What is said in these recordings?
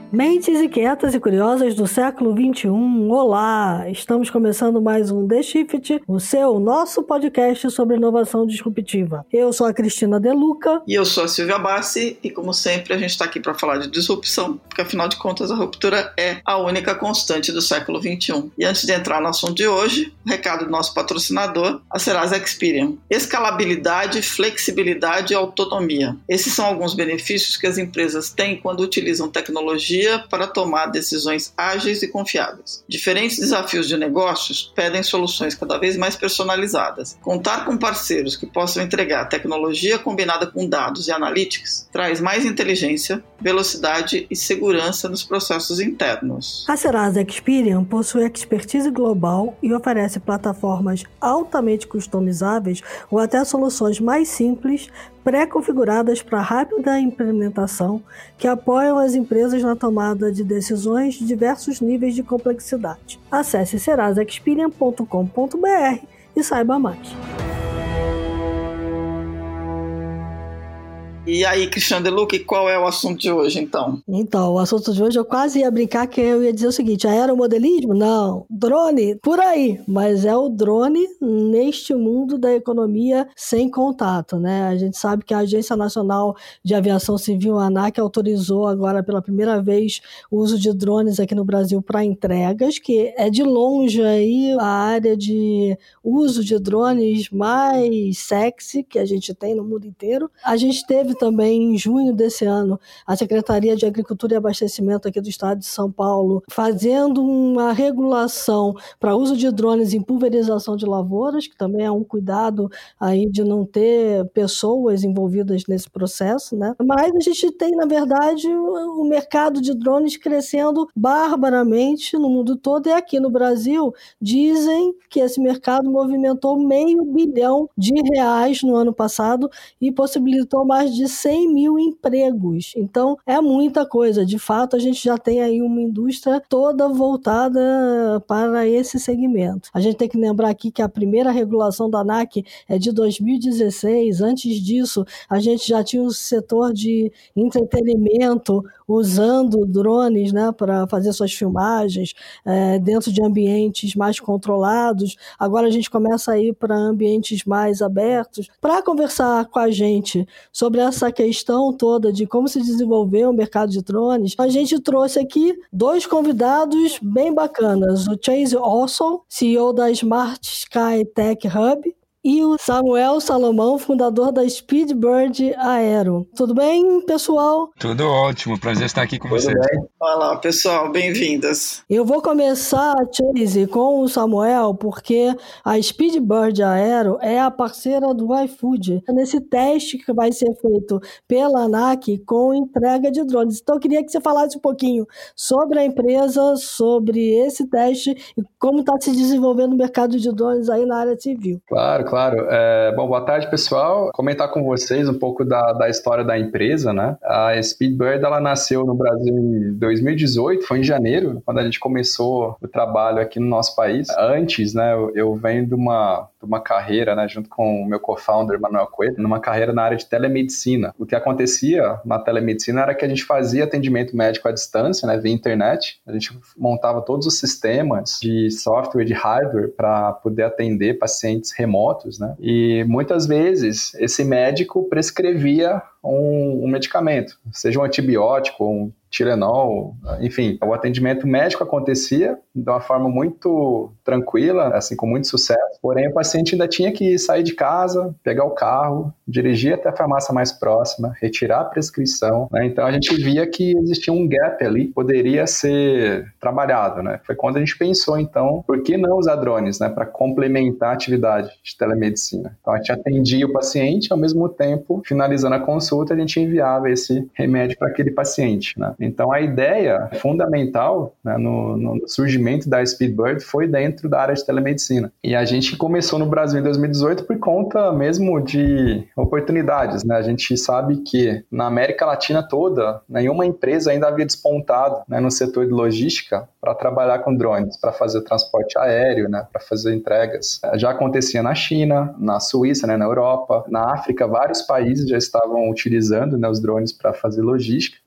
Mentes inquietas e curiosas do século XXI, olá! Estamos começando mais um The Shift, nosso podcast sobre inovação disruptiva. Eu sou a Cristina De Luca. E eu sou a Silvia Bassi, e como sempre a gente está aqui para falar de disrupção, porque afinal de contas a ruptura é a única constante do século XXI. E antes de entrar no assunto de hoje, o recado do nosso patrocinador, a Serasa Experian. Escalabilidade, flexibilidade e autonomia. Esses são alguns benefícios que as empresas têm quando utilizam tecnologia para tomar decisões ágeis e confiáveis. Diferentes desafios de negócios pedem soluções cada vez mais personalizadas. Contar com parceiros que possam entregar tecnologia combinada com dados e analytics traz mais inteligência, velocidade e segurança nos processos internos. A Serasa Experian possui expertise global e oferece plataformas altamente customizáveis ou até soluções mais simples, pré-configuradas para rápida implementação, que apoiam as empresas na tomada de decisões de diversos níveis de complexidade. Acesse serasaexperian.com.br e saiba mais. E aí, Cristiano De Luca, qual é o assunto de hoje, então? Então, o assunto de hoje eu quase ia brincar que eu ia dizer o seguinte, aeromodelismo? Não, drone, por aí. Mas é o drone neste mundo da economia sem contato, né? A gente sabe que a Agência Nacional de Aviação Civil, a ANAC, autorizou agora pela primeira vez o uso de drones aqui no Brasil para entregas, que é de longe aí a área de uso de drones mais sexy que a gente tem no mundo inteiro. A gente teve também em junho desse ano a Secretaria de Agricultura e Abastecimento aqui do estado de São Paulo fazendo uma regulação para uso de drones em pulverização de lavouras, que também é um cuidado aí de não ter pessoas envolvidas nesse processo, né? Mas a gente tem, na verdade, o mercado de drones crescendo barbaramente no mundo todo, e aqui no Brasil dizem que esse mercado movimentou R$500 bilhão no ano passado e possibilitou mais de 100 mil empregos. Então, é muita coisa. De fato, a gente já tem aí uma indústria toda voltada para esse segmento. A gente tem que lembrar aqui que a primeira regulação da ANAC é de 2016. Antes disso, a gente já tinha o setor de entretenimento usando drones, né, para fazer suas filmagens dentro de ambientes mais controlados. Agora a gente começa a ir para ambientes mais abertos. Para conversar com a gente sobre essa questão toda de como se desenvolveu o mercado de drones, a gente trouxe aqui dois convidados bem bacanas, o Chase Olson, CEO da Smart Sky Tech Hub, e o Samuel Salomão, fundador da Speedbird Aero. Tudo bem, pessoal? Tudo ótimo, prazer estar aqui com vocês. Olá, pessoal, bem-vindas. Eu vou começar, Chase, com o Samuel, porque a Speedbird Aero é a parceira do iFood nesse teste que vai ser feito pela ANAC com entrega de drones. Então, eu queria que você falasse um pouquinho sobre a empresa, sobre esse teste e como está se desenvolvendo o mercado de drones aí na área civil. Claro. Bom, boa tarde, pessoal. Comentar com vocês um pouco da história da empresa, né? A Speedbird, ela nasceu no Brasil em 2018, foi em janeiro, quando a gente começou o trabalho aqui no nosso país. Antes, né, eu venho de uma carreira, né, junto com o meu co-founder, Manuel Coelho, numa carreira na área de telemedicina. O que acontecia na telemedicina era que a gente fazia atendimento médico à distância, né, via internet. A gente montava todos os sistemas de software, de hardware, para poder atender pacientes remotos, né? E muitas vezes esse médico prescrevia um medicamento, seja um antibiótico, um Tilenol, enfim, o atendimento médico acontecia de uma forma muito tranquila, assim, com muito sucesso, porém o paciente ainda tinha que sair de casa, pegar o carro, dirigir até a farmácia mais próxima, retirar a prescrição, né? Então a gente via que existia um gap ali, poderia ser trabalhado, né? Foi quando a gente pensou, então, por que não usar drones, né, para complementar a atividade de telemedicina? Então a gente atendia o paciente, ao mesmo tempo, finalizando a consulta, a gente enviava esse remédio para aquele paciente, né? Então, a ideia fundamental, né, no surgimento da Speedbird foi dentro da área de telemedicina. E a gente começou no Brasil em 2018 por conta mesmo de oportunidades, né? A gente sabe que na América Latina toda, nenhuma empresa ainda havia despontado, né, no setor de logística para trabalhar com drones, para fazer transporte aéreo, né, para fazer entregas. Já acontecia na China, na Suíça, né, na Europa, na África, vários países já estavam utilizando, né, os drones para fazer logística.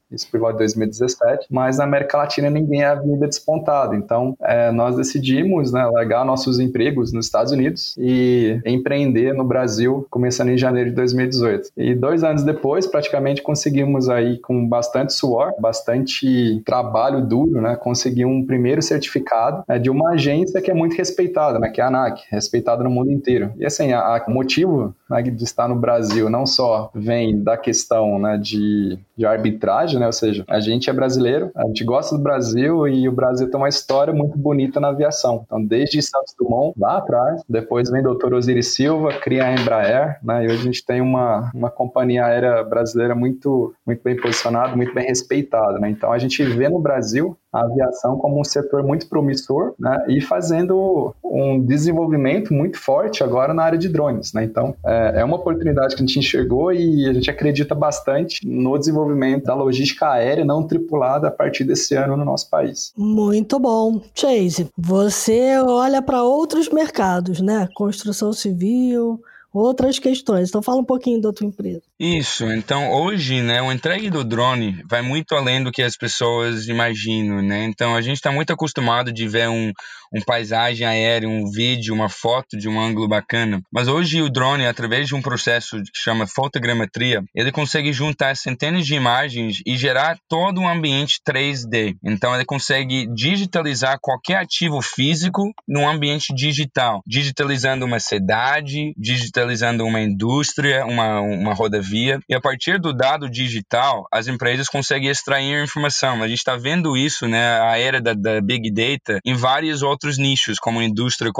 isso por volta de 2017, mas na América Latina ninguém havia despontado. Então, nós decidimos, né, largar nossos empregos nos Estados Unidos e empreender no Brasil, começando em janeiro de 2018. E 2 anos depois, praticamente conseguimos aí, com bastante suor, bastante trabalho duro, né, conseguir um primeiro certificado de uma agência que é muito respeitada, né, que é a ANAC, respeitada no mundo inteiro. E assim, o motivo, né, de estar no Brasil não só vem da questão, né, de arbitragem, né, ou seja, a gente é brasileiro, a gente gosta do Brasil e o Brasil tem uma história muito bonita na aviação. Então, desde Santos Dumont, lá atrás, depois vem o Dr. Osiris Silva, cria a Embraer, né, e hoje a gente tem uma companhia aérea brasileira muito, muito bem posicionada, muito bem respeitada, né. Então, a gente vê no Brasil a aviação como um setor muito promissor, né, e fazendo um desenvolvimento muito forte agora na área de drones, né. Então, é uma oportunidade que a gente enxergou e a gente acredita bastante no desenvolvimento da logística aérea não tripulada a partir desse ano no nosso país. Muito bom. Chase, você olha para outros mercados, né? Construção civil, outras questões. Então fala um pouquinho da tua empresa. Isso, então hoje, né, o entregue do drone vai muito além do que as pessoas imaginam, né, então a gente está muito acostumado de ver um paisagem aérea, um vídeo, uma foto de um ângulo bacana, mas hoje o drone, através de um processo que chama fotogrametria, ele consegue juntar centenas de imagens e gerar todo um ambiente 3D, então ele consegue digitalizar qualquer ativo físico num ambiente digital, digitalizando uma cidade, digitalizando uma indústria, uma rodovia, e a partir do dado digital, as empresas conseguem extrair informação. A gente está vendo isso, né, a era da Big Data, em vários outros nichos, como a indústria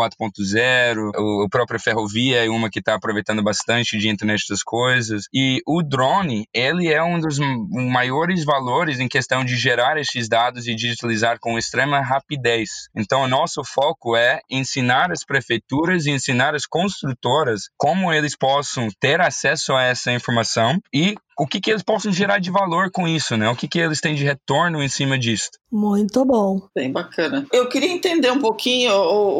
4.0, a própria ferrovia é uma que está aproveitando bastante de internet das coisas. E o drone, ele é um dos maiores valores em questão de gerar esses dados e digitalizar com extrema rapidez. Então, o nosso foco é ensinar as prefeituras e ensinar as construtoras como eles possam ter acesso a essa informação e o que eles possam gerar de valor com isso, né? O que eles têm de retorno em cima disso. Muito bom. Bem bacana. Eu queria entender um pouquinho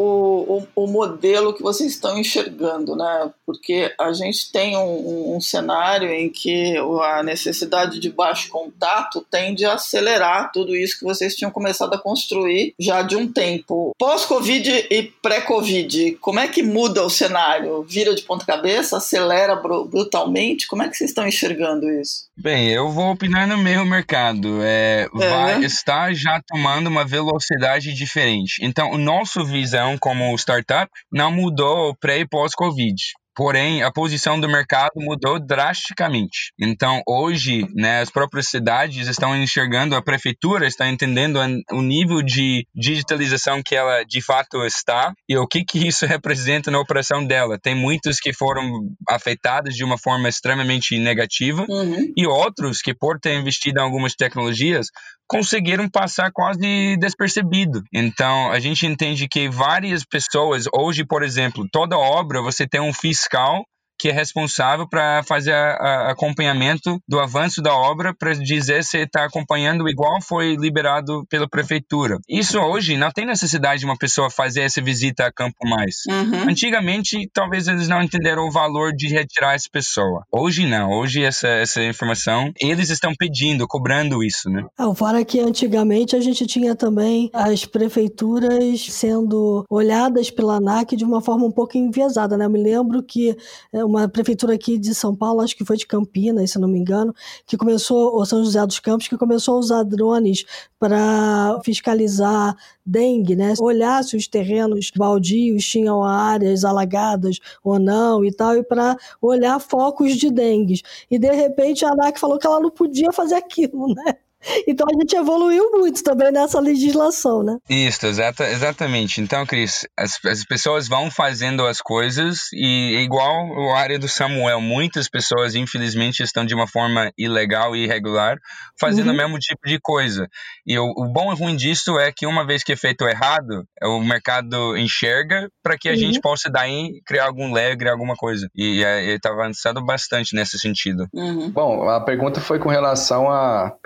o modelo que vocês estão enxergando, né? Porque a gente tem um cenário em que a necessidade de baixo contato tende a acelerar tudo isso que vocês tinham começado a construir já de um tempo. Pós-Covid e pré-Covid, como é que muda o cenário? Vira de ponta cabeça? Acelera brutalmente? Como é que vocês estão enxergando isso? Bem, eu vou opinar no meu mercado. Está já tomando uma velocidade diferente. Então, nossa visão como startup não mudou pré e pós-Covid. Porém, a posição do mercado mudou drasticamente. Então, hoje, né, as próprias cidades estão enxergando, a prefeitura está entendendo o nível de digitalização que ela de fato está e o que isso representa na operação dela. Tem muitos que foram afetados de uma forma extremamente negativa e outros que, por ter investido em algumas tecnologias, conseguiram passar quase despercebido. Então, a gente entende que várias pessoas, hoje, por exemplo, toda obra você tem um fiscal que é responsável para fazer acompanhamento do avanço da obra para dizer se está acompanhando igual foi liberado pela prefeitura. Isso hoje não tem necessidade de uma pessoa fazer essa visita a campo mais. Antigamente, talvez eles não entenderam o valor de retirar essa pessoa. Hoje não. Hoje essa informação, eles estão pedindo, cobrando isso, né? Fora que antigamente a gente tinha também as prefeituras sendo olhadas pela ANAC de uma forma um pouco enviesada, né? Eu me lembro que uma prefeitura aqui de São Paulo, acho que foi de Campinas, se não me engano, que começou, ou São José dos Campos, que começou a usar drones para fiscalizar dengue, né? Olhar se os terrenos baldios tinham áreas alagadas ou não e tal, e para olhar focos de dengue. E, de repente, a ANAC falou que ela não podia fazer aquilo, né? Então a gente evoluiu muito também nessa legislação, né? Isso, exatamente. Então, Cris, as pessoas vão fazendo as coisas e é igual a área do Samuel, muitas pessoas infelizmente estão de uma forma ilegal e irregular fazendo o mesmo tipo de coisa. E o bom e ruim disso é que uma vez que é feito errado, o mercado enxerga para que a gente possa daí criar algum criar alguma coisa. E está avançando bastante nesse sentido. Bom, a pergunta foi com relação a pré-pós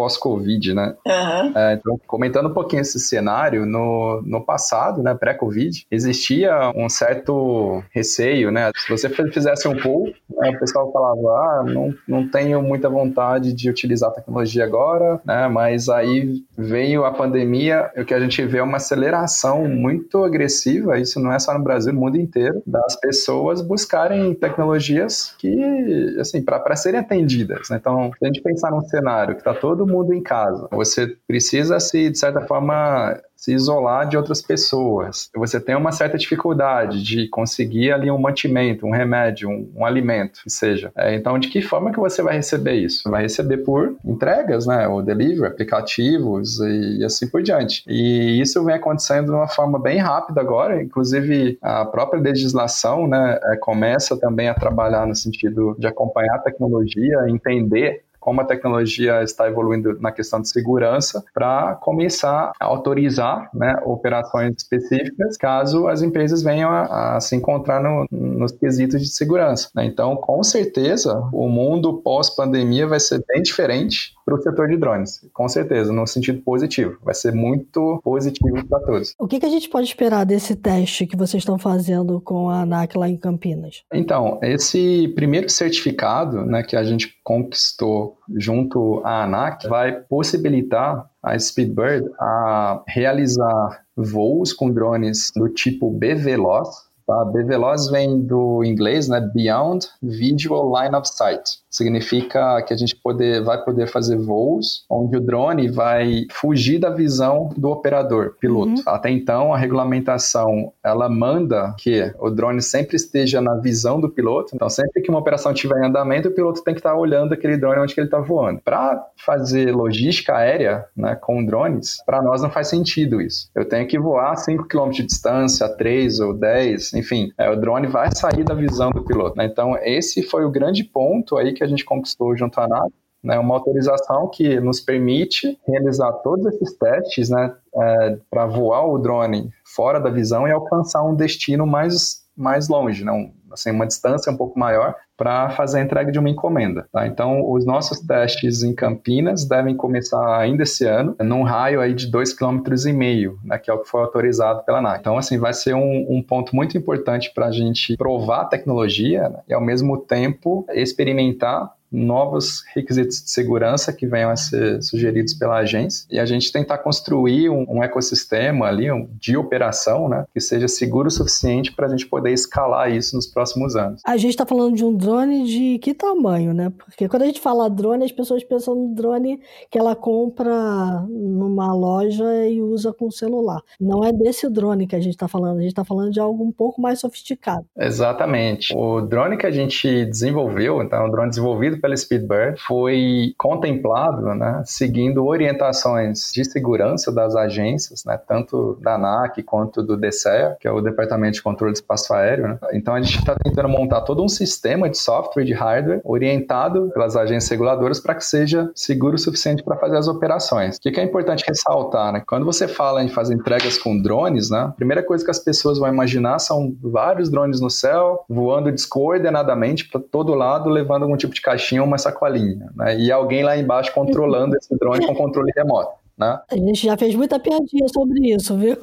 pós-Covid, né? Então, comentando um pouquinho esse cenário, no passado, né, pré-Covid, existia um certo receio, né? Se você fizesse um poll, o pessoal falava, não tenho muita vontade de utilizar a tecnologia agora, né? Mas aí veio a pandemia, o que a gente vê é uma aceleração muito agressiva, isso não é só no Brasil, no mundo inteiro, das pessoas buscarem tecnologias que, assim, para serem atendidas, né? Então, se a gente pensar num cenário que está todo mundo em casa, você precisa de certa forma, se isolar de outras pessoas. Você tem uma certa dificuldade de conseguir ali um mantimento, um remédio, um alimento, que seja. Então, de que forma que você vai receber isso? Vai receber por entregas, né? Ou delivery, aplicativos e assim por diante. E isso vem acontecendo de uma forma bem rápida agora, inclusive a própria legislação, né, começa também a trabalhar no sentido de acompanhar a tecnologia, entender como a tecnologia está evoluindo na questão de segurança, para começar a autorizar, né, operações específicas, caso as empresas venham a se encontrar nos quesitos de segurança, né? Então, com certeza, o mundo pós-pandemia vai ser bem diferente para o setor de drones, com certeza, no sentido positivo. Vai ser muito positivo para todos. O que a gente pode esperar desse teste que vocês estão fazendo com a ANAC lá em Campinas? Então, esse primeiro certificado, né, que a gente conquistou junto à ANAC vai possibilitar a Speedbird a realizar voos com drones do tipo BVLOS. Tá? BVLOS vem do inglês, né? Beyond Visual Line of Sight. Significa que a gente vai poder fazer voos onde o drone vai fugir da visão do operador, piloto. Até então, a regulamentação, ela manda que o drone sempre esteja na visão do piloto. Então, sempre que uma operação estiver em andamento, o piloto tem que estar olhando aquele drone onde que ele está voando. Para fazer logística aérea, né, com drones, para nós não faz sentido isso. Eu tenho que voar 5 km de distância, 3 ou 10, enfim, o drone vai sair da visão do piloto, né? Então, esse foi o grande ponto aí que a gente conquistou junto à ANAC, né? Uma autorização que nos permite realizar todos esses testes, né, para voar o drone fora da visão e alcançar um destino mais longe, né? Assim, uma distância um pouco maior para fazer a entrega de uma encomenda. Tá? Então, os nossos testes em Campinas devem começar ainda esse ano, num raio aí de 2,5 km, né, que é o que foi autorizado pela ANAC. Então, assim, vai ser um ponto muito importante para a gente provar a tecnologia, né, e, ao mesmo tempo, experimentar novos requisitos de segurança que venham a ser sugeridos pela agência e a gente tentar construir um ecossistema ali de operação, né, que seja seguro o suficiente para a gente poder escalar isso nos próximos anos. A gente está falando de um drone de que tamanho, né? Porque quando a gente fala drone, as pessoas pensam no drone que ela compra numa loja e usa com o celular. Não é desse drone que a gente está falando, a gente está falando de algo um pouco mais sofisticado. Exatamente. O drone que a gente desenvolveu, então, o drone desenvolvido pela Speedbird, foi contemplado, né, seguindo orientações de segurança das agências, né, tanto da ANAC quanto do DCEA, que é o Departamento de Controle de Espaço Aéreo, né? Então a gente está tentando montar todo um sistema de software e de hardware orientado pelas agências reguladoras para que seja seguro o suficiente para fazer as operações. O que é importante ressaltar, né? Quando você fala em fazer entregas com drones, né, a primeira coisa que as pessoas vão imaginar são vários drones no céu, voando descoordenadamente para todo lado, levando algum tipo de caixinha ou uma sacolinha, né? E alguém lá embaixo controlando esse drone com controle remoto, né? A gente já fez muita piadinha sobre isso, viu?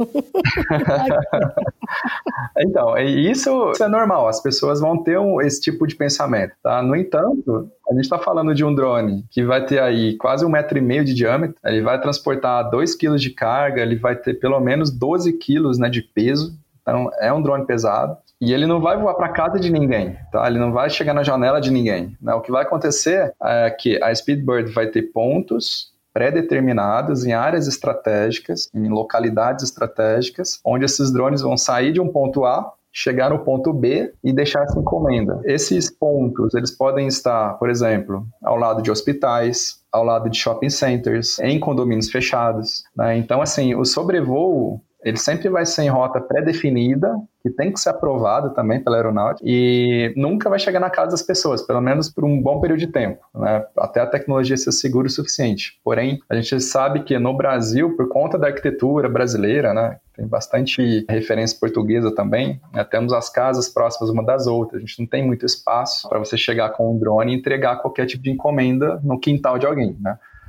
Então, isso é normal, as pessoas vão ter esse tipo de pensamento, tá? No entanto, a gente está falando de um drone que vai ter aí quase 1,5 metro de diâmetro, ele vai transportar 2 kg de carga, ele vai ter pelo menos 12 kg, né, de peso, então é um drone pesado. E ele não vai voar para casa de ninguém, tá? Ele não vai chegar na janela de ninguém, né? O que vai acontecer é que a Speedbird vai ter pontos pré-determinados em áreas estratégicas, em localidades estratégicas, onde esses drones vão sair de um ponto A, chegar no ponto B e deixar essa encomenda. Esses pontos, eles podem estar, por exemplo, ao lado de hospitais, ao lado de shopping centers, em condomínios fechados, né? Então, assim, o sobrevoo, ele sempre vai ser em rota pré-definida, que tem que ser aprovado também pela aeronáutica, e nunca vai chegar na casa das pessoas, pelo menos por um bom período de tempo, né? Até a tecnologia ser segura o suficiente. Porém, a gente sabe que no Brasil, por conta da arquitetura brasileira, né, tem bastante referência portuguesa também, né, temos as casas próximas uma das outras, a gente não tem muito espaço para você chegar com um drone e entregar qualquer tipo de encomenda no quintal de alguém, né?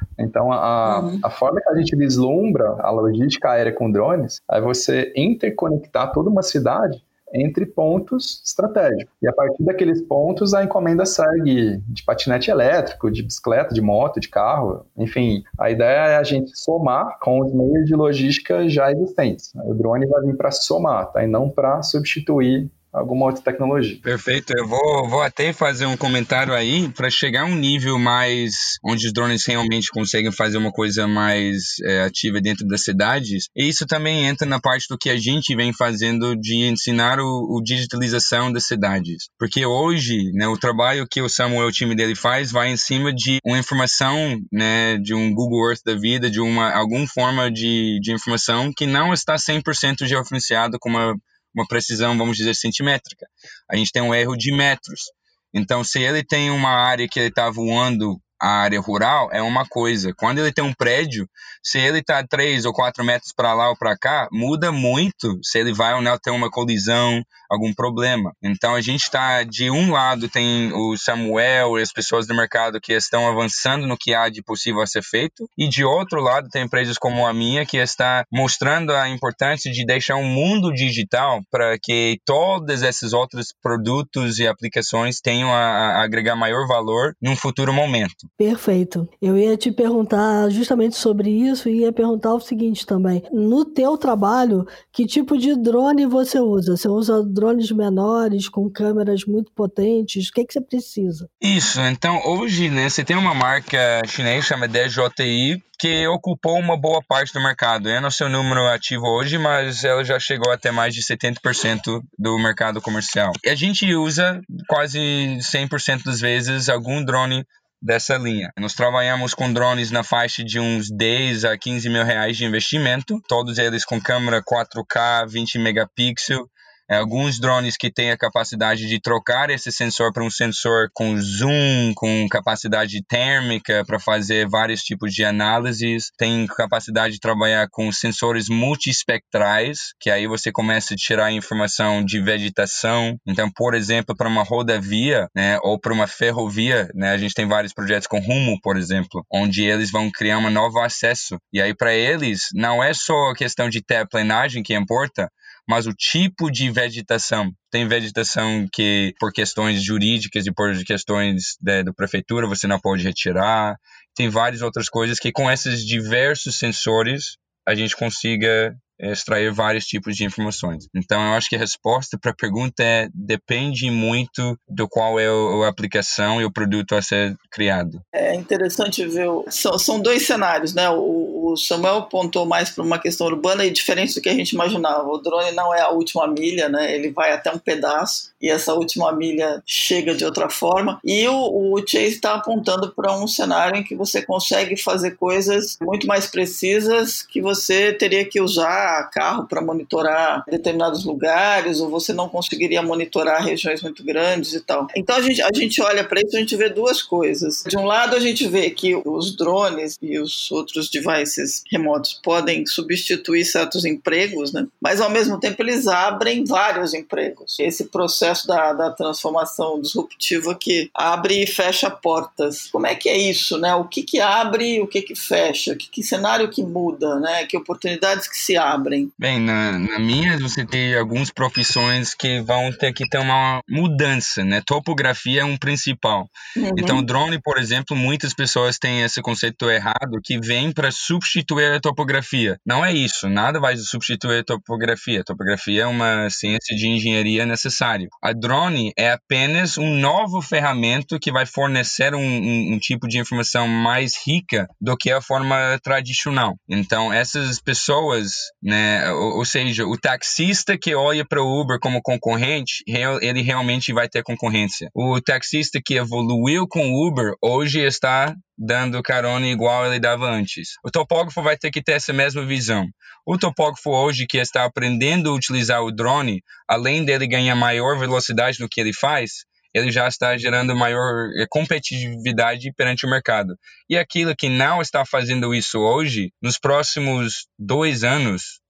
Então, a forma que a gente vislumbra a logística aérea com drones é você interconectar toda uma cidade entre pontos estratégicos. E a partir daqueles pontos, a encomenda segue de patinete elétrico, de bicicleta, de moto, de carro. Enfim, a ideia é a gente somar com os meios de logística já existentes. O drone vai vir para somar, tá? E não para substituir alguma outra tecnologia. Perfeito, eu vou até fazer um comentário aí para chegar a um nível mais onde os drones realmente conseguem fazer uma coisa mais ativa dentro das cidades. E isso também entra na parte do que a gente vem fazendo de ensinar o digitalização das cidades. Porque hoje, né, o trabalho que o Samuel e o time dele faz vai em cima de uma informação, né, de um Google Earth da vida, de alguma forma de informação que não está 100% georreferenciado com uma precisão, vamos dizer, centimétrica. A gente tem um erro de metros. Então, se ele tem uma área que ele está voando, a área rural, é uma coisa. Quando ele tem um prédio, se ele está 3 ou 4 metros para lá ou para cá, muda muito se ele vai ou não ter uma colisão, algum problema. Então, a gente está, de um lado, tem o Samuel e as pessoas do mercado que estão avançando no que há de possível a ser feito, e de outro lado, tem empresas como a minha que está mostrando a importância de deixar um mundo digital para que todos esses outros produtos e aplicações tenham a agregar maior valor num futuro momento. Perfeito. Eu ia te perguntar justamente sobre isso e ia perguntar o seguinte também. No teu trabalho, que tipo de drone você usa? Você usa drones menores, com câmeras muito potentes? O que você precisa? Isso. Então, hoje, né, você tem uma marca chinesa chamada DJI que ocupou uma boa parte do mercado. Eu não sei o número ativo hoje, mas ela já chegou até mais de 70% do mercado comercial. E a gente usa quase 100% das vezes algum drone dessa linha. Nós trabalhamos com drones na faixa de uns 10 a 15 mil reais de investimento, todos eles com câmera 4K, 20 megapixels, alguns drones que têm a capacidade de trocar esse sensor para um sensor com zoom, com capacidade térmica para fazer vários tipos de análises. Tem capacidade de trabalhar com sensores multiespectrais, que aí você começa a tirar informação de vegetação. Então, por exemplo, para uma rodovia, né, ou para uma ferrovia, né, a gente tem vários projetos com Rumo, por exemplo, onde eles vão criar um novo acesso. E aí, para eles, não é só a questão de terraplenagem que importa, mas o tipo de vegetação. Tem vegetação que, por questões jurídicas e por questões da prefeitura, você não pode retirar. Tem várias outras coisas que, com esses diversos sensores, a gente consiga extrair vários tipos de informações. Então, eu acho que a resposta para a pergunta depende muito do qual é a aplicação e o produto a ser criado. É interessante ver, são dois cenários, né? O Samuel apontou mais para uma questão urbana e diferente do que a gente imaginava. O drone não é a última milha, né? Ele vai até um pedaço e essa última milha chega de outra forma. E o Chase está apontando para um cenário em que você consegue fazer coisas muito mais precisas que você teria que usar carro para monitorar determinados lugares, ou você não conseguiria monitorar regiões muito grandes e tal. Então a gente olha para isso e a gente vê duas coisas. De um lado a gente vê que os drones e os outros devices remotos podem substituir certos empregos, né? Mas ao mesmo tempo eles abrem vários empregos. Esse processo da transformação disruptiva que abre e fecha portas. Como é que é isso, né? O que abre e o que fecha? Que cenário que muda, né? Que oportunidades que se abrem? Bem, na minha você tem algumas profissões que vão ter que ter uma mudança, né? Topografia é um principal. Uhum. Então, drone, por exemplo, muitas pessoas têm esse conceito errado que vem para substituir a topografia. Não é isso, nada vai substituir a topografia. A topografia é uma ciência de engenharia necessária. A drone é apenas um novo ferramenta que vai fornecer um tipo de informação mais rica do que a forma tradicional. Então, essas pessoas, né, ou seja, o taxista que olha para o Uber como concorrente, ele realmente vai ter concorrência. O taxista que evoluiu com o Uber, hoje está dando carona igual ele dava antes. O topógrafo vai ter que ter essa mesma visão. O topógrafo hoje que está aprendendo a utilizar o drone, além dele ganhar maior velocidade no que ele faz, ele já está gerando maior competitividade perante o mercado. E aquilo que não está fazendo isso hoje, nos próximos 2 anos,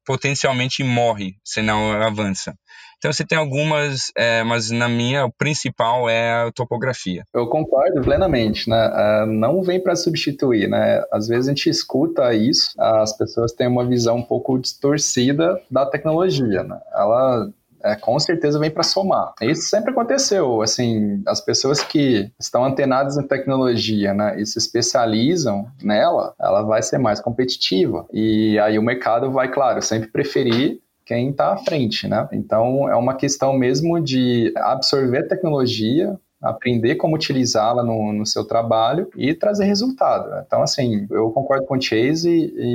potencialmente morre se não avança. Então você tem algumas, mas na minha, o principal é a topografia. Eu concordo plenamente, né? Não vem para substituir, né? Às vezes a gente escuta isso, as pessoas têm uma visão um pouco distorcida da tecnologia, né? Ela com certeza vem para somar. Isso sempre aconteceu, assim, as pessoas que estão antenadas em tecnologia, né, e se especializam nela, ela vai ser mais competitiva. E aí o mercado vai, claro, sempre preferir quem está à frente, né? Então é uma questão mesmo de absorver a tecnologia, aprender como utilizá-la no seu trabalho e trazer resultado. Então, assim, eu concordo com o Chase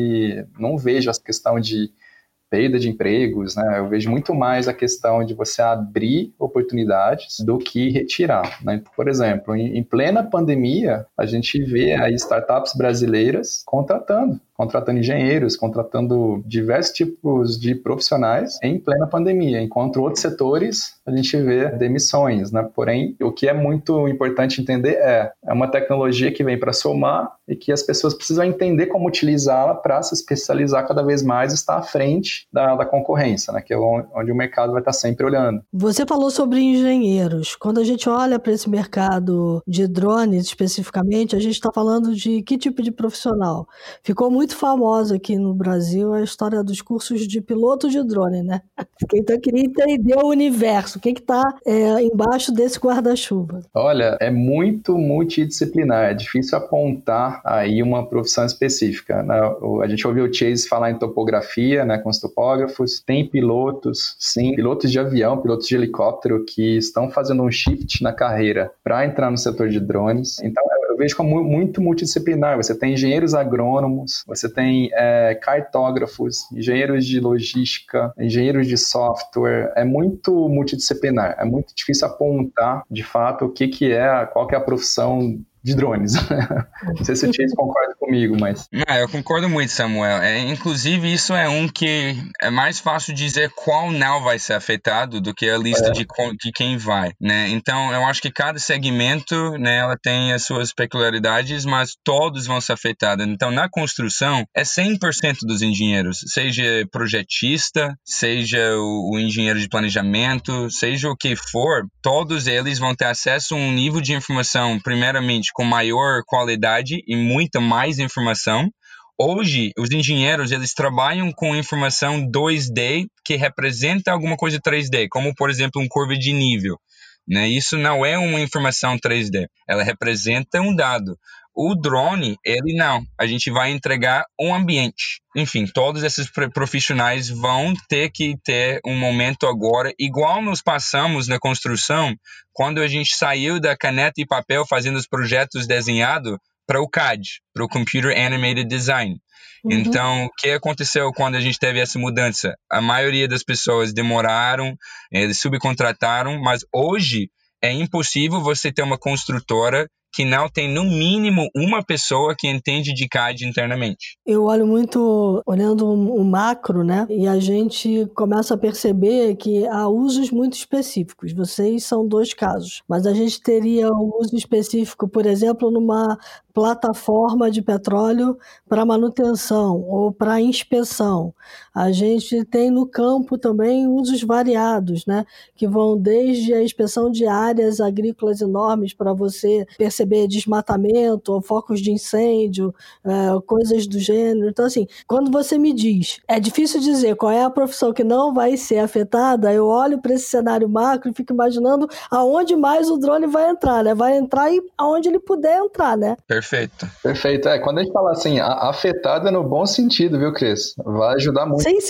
e não vejo essa questão de perda de empregos, né? Eu vejo muito mais a questão de você abrir oportunidades do que retirar, né? Por exemplo, em plena pandemia, a gente vê aí startups brasileiras contratando engenheiros, contratando diversos tipos de profissionais em plena pandemia, enquanto outros setores a gente vê demissões, né? Porém, o que é muito importante entender é uma tecnologia que vem para somar e que as pessoas precisam entender como utilizá-la para se especializar cada vez mais e estar à frente da concorrência, né? Que é onde o mercado vai estar sempre olhando. Você falou sobre engenheiros. Quando a gente olha para esse mercado de drones especificamente, a gente está falando de que tipo de profissional? Ficou muito famosa aqui no Brasil a história dos cursos de piloto de drone, né? Então eu queria entender o universo, o que está embaixo desse guarda-chuva. Olha, é muito multidisciplinar, é difícil apontar aí uma profissão específica, né? A gente ouviu o Chase falar em topografia, né, com os topógrafos, tem pilotos, sim, pilotos de avião, pilotos de helicóptero que estão fazendo um shift na carreira para entrar no setor de drones. Então, eu vejo como muito multidisciplinar. Você tem engenheiros agrônomos, você tem cartógrafos, engenheiros de logística, engenheiros de software. É muito multidisciplinar. É muito difícil apontar, de fato, qual que é a profissão de drones. Não sei se o Chase concorda comigo, mas... Eu concordo muito, Samuel. Inclusive, isso é um que é mais fácil dizer qual não vai ser afetado do que a lista de quem vai, né? Então, eu acho que cada segmento, né, ela tem as suas peculiaridades, mas todos vão ser afetados. Então, na construção, é 100% dos engenheiros, seja projetista, seja o engenheiro de planejamento, seja o que for, todos eles vão ter acesso a um nível de informação, primeiramente, com maior qualidade e muita mais informação. Hoje, os engenheiros, eles trabalham com informação 2D que representa alguma coisa 3D, como, por exemplo, curva de nível, né? Isso não é uma informação 3D, ela representa um dado. O drone, ele não. A gente vai entregar um ambiente. Enfim, todos esses profissionais vão ter que ter um momento agora, igual nós passamos na construção, quando a gente saiu da caneta e papel fazendo os projetos desenhados para o CAD, para o Computer Animated Design. Então, o que aconteceu quando a gente teve essa mudança? A maioria das pessoas demoraram, eles subcontrataram, mas hoje é impossível você ter uma construtora que não tem, no mínimo, uma pessoa que entende de CAD internamente. Eu olho muito, olhando o macro, né? E a gente começa a perceber que há usos muito específicos. Vocês são 2 casos. Mas a gente teria um uso específico, por exemplo, numa plataforma de petróleo para manutenção ou para inspeção. A gente tem no campo também usos variados, né? Que vão desde a inspeção de áreas agrícolas enormes para você perceber desmatamento ou focos de incêndio, coisas do gênero. Então, assim, quando você me diz, é difícil dizer qual é a profissão que não vai ser afetada, eu olho para esse cenário macro e fico imaginando aonde mais o drone vai entrar, né? Vai entrar aonde ele puder entrar, né? Perfeito. Perfeito. Quando a gente fala assim, afetada no bom sentido, viu, Cris? Vai ajudar muito. Sim.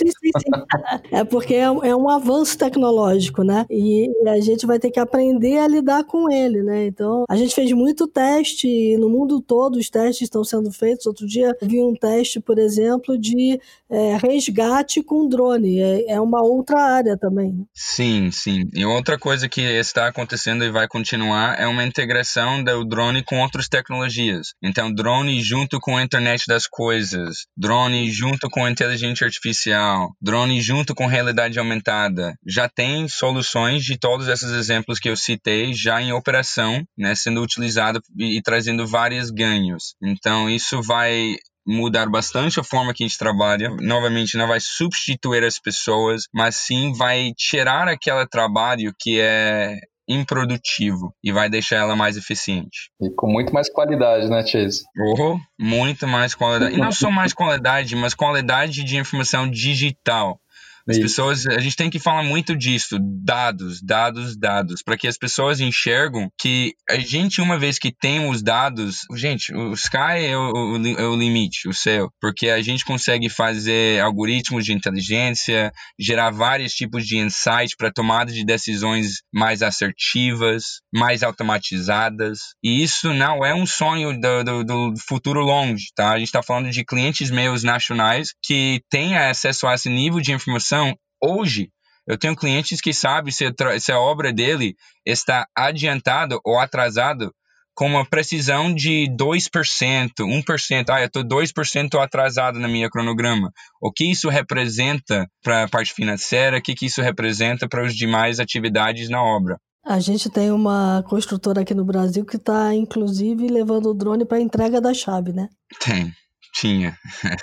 É porque é um avanço tecnológico, né? E a gente vai ter que aprender a lidar com ele, né? Então, a gente fez muito teste e no mundo todo os testes estão sendo feitos. Outro dia eu vi um teste, por exemplo, de resgate com drone. É uma outra área também. Sim. E outra coisa que está acontecendo e vai continuar é uma integração do drone com outras tecnologias. Então, drone junto com a internet das coisas, drone junto com a inteligência artificial, drone junto com realidade aumentada. Já tem soluções de todos esses exemplos que eu citei já em operação, né, sendo utilizado e trazendo vários ganhos. Então, isso vai mudar bastante a forma que a gente trabalha. Novamente, não vai substituir as pessoas, mas sim vai tirar aquele trabalho que é improdutivo e vai deixar ela mais eficiente. E com muito mais qualidade, né, Chase? Muito mais qualidade. E não só mais qualidade, mas qualidade de informação digital. As pessoas, a gente tem que falar muito disso, dados, para que as pessoas enxergam que a gente, uma vez que tem os dados, gente, o sky é o limite, o céu, porque a gente consegue fazer algoritmos de inteligência, gerar vários tipos de insights para tomada de decisões mais assertivas, mais automatizadas, e isso não é um sonho do futuro longe, tá? A gente está falando de clientes meus nacionais que têm acesso a esse nível de informação. Hoje, eu tenho clientes que sabem se a obra dele está adiantada ou atrasada com uma precisão de 2%, 1%. Eu estou 2% atrasado na minha cronograma. O que isso representa para a parte financeira? O que isso representa para as demais atividades na obra? A gente tem uma construtora aqui no Brasil que está, inclusive, levando o drone para a entrega da chave, né? Tinha.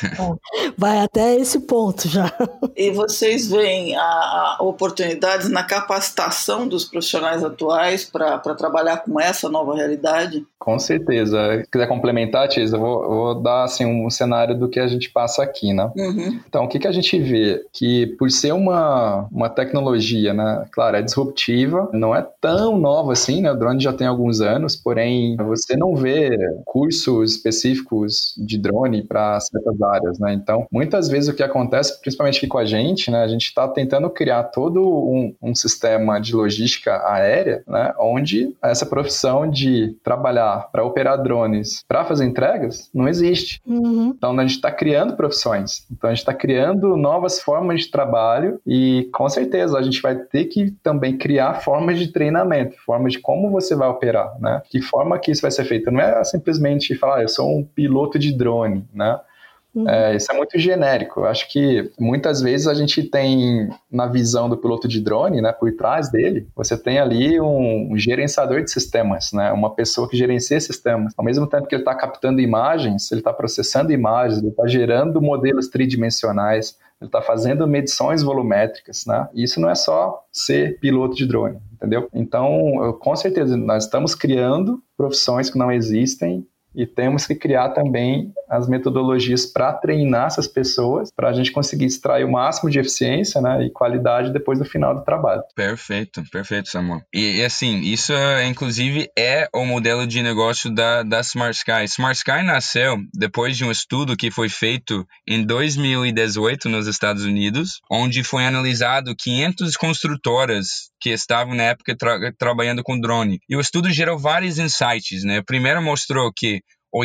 Vai até esse ponto já. E vocês veem oportunidades na capacitação dos profissionais atuais para trabalhar com essa nova realidade? Com certeza. Se quiser complementar, Tis, eu vou dar assim, um cenário do que a gente passa aqui, né? Uhum. Então, o que a gente vê? Que por ser uma tecnologia, né? Claro, é disruptiva, não é tão nova assim, né? O drone já tem alguns anos, porém, você não vê cursos específicos de drone para certas áreas, né? Então, muitas vezes o que acontece, principalmente aqui com a gente, né? A gente está tentando criar todo um sistema de logística aérea, né? Onde essa profissão de trabalhar para operar drones, para fazer entregas, não existe. Uhum. Então, a gente está criando profissões. Então, a gente está criando novas formas de trabalho e, com certeza, a gente vai ter que também criar formas de treinamento, formas de como você vai operar, né? Que forma que isso vai ser feito. Não é simplesmente falar, eu sou um piloto de drone, né? Isso é muito genérico. Eu acho que muitas vezes a gente tem na visão do piloto de drone, né, por trás dele, você tem ali um gerenciador de sistemas, né, uma pessoa que gerencia sistemas. Ao mesmo tempo que ele está captando imagens, ele está processando imagens, ele está gerando modelos tridimensionais, ele está fazendo medições volumétricas, né? E isso não é só ser piloto de drone, entendeu? Então, com certeza, nós estamos criando profissões que não existem e temos que criar também as metodologias para treinar essas pessoas, para a gente conseguir extrair o máximo de eficiência, né, e qualidade depois do final do trabalho. Perfeito, Samuel. E assim, isso inclusive é o modelo de negócio da Smart Sky. Smart Sky nasceu depois de um estudo que foi feito em 2018 nos Estados Unidos, onde foi analisado 500 construtoras que estavam na época trabalhando com drone. E o estudo gerou vários insights, né? Primeiro mostrou que